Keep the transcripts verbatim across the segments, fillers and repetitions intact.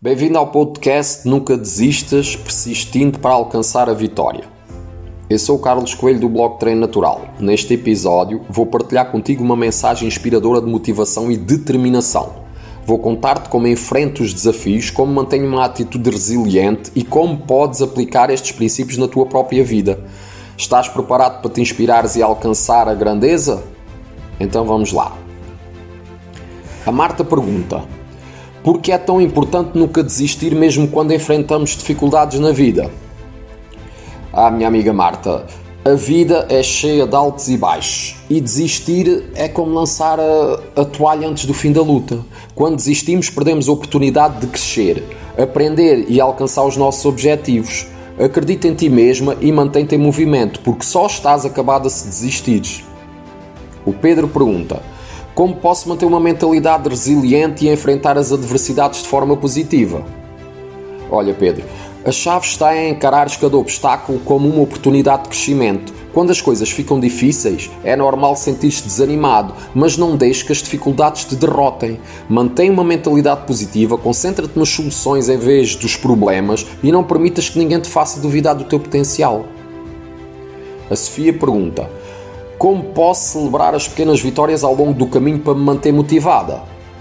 Bem-vindo ao podcast Nunca Desistas, persistindo para alcançar a vitória. Eu sou o Carlos Coelho do blog Treino Natural. Neste episódio vou partilhar contigo uma mensagem inspiradora de motivação e determinação. Vou contar-te como enfrento os desafios, como mantenho uma atitude resiliente e como podes aplicar estes princípios na tua própria vida. Estás preparado para te inspirares e alcançar a grandeza? Então vamos lá. A Marta pergunta: por que é tão importante nunca desistir mesmo quando enfrentamos dificuldades na vida? Ah, minha amiga Marta, a vida é cheia de altos e baixos e desistir é como lançar a, a toalha antes do fim da luta. Quando desistimos perdemos a oportunidade de crescer, aprender e alcançar os nossos objetivos. Acredita em ti mesma e mantém-te em movimento, porque só estás acabada se desistires. O Pedro pergunta: como posso manter uma mentalidade resiliente e enfrentar as adversidades de forma positiva? Olha, Pedro, a chave está em encarares cada obstáculo como uma oportunidade de crescimento. Quando as coisas ficam difíceis, é normal sentir-se desanimado, mas não deixes que as dificuldades te derrotem. Mantém uma mentalidade positiva, concentra-te nas soluções em vez dos problemas e não permitas que ninguém te faça duvidar do teu potencial. A Sofia pergunta: como posso celebrar as pequenas vitórias ao longo do caminho para me manter motivada?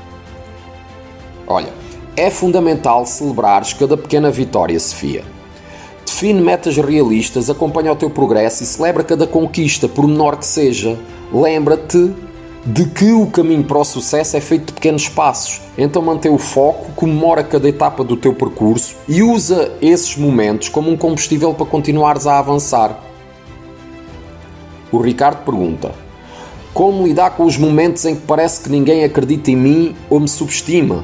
Olha, é fundamental celebrares cada pequena vitória, Sofia. Define metas realistas, acompanha o teu progresso e celebra cada conquista, por menor que seja. Lembra-te de que o caminho para o sucesso é feito de pequenos passos. Então mantém o foco, comemora cada etapa do teu percurso e usa esses momentos como um combustível para continuares a avançar. O Ricardo pergunta: como lidar com os momentos em que parece que ninguém acredita em mim ou me subestima?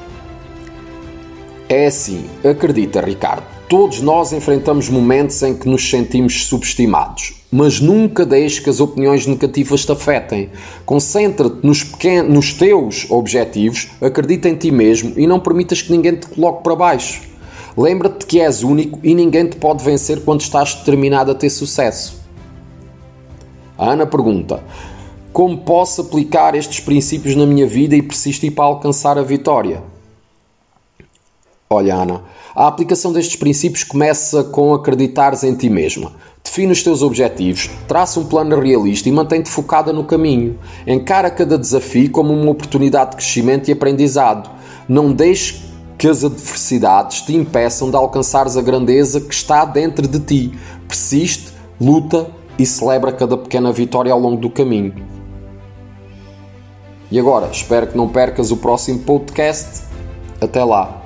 É assim, acredita, Ricardo, todos nós enfrentamos momentos em que nos sentimos subestimados, mas nunca deixes que as opiniões negativas te afetem. Concentra-te nos, pequenos, nos teus objetivos, acredita em ti mesmo e não permitas que ninguém te coloque para baixo. Lembra-te que és único e ninguém te pode vencer quando estás determinado a ter sucesso. A Ana pergunta: como posso aplicar estes princípios na minha vida e persistir para alcançar a vitória? Olha, Ana, a aplicação destes princípios começa com acreditares em ti mesma. Define os teus objetivos, traça um plano realista e mantém-te focada no caminho. Encara cada desafio como uma oportunidade de crescimento e aprendizado. Não deixes que as adversidades te impeçam de alcançares a grandeza que está dentro de ti. Persiste, luta e celebra cada pequena vitória ao longo do caminho. E agora, espero que não percas o próximo podcast. Até lá!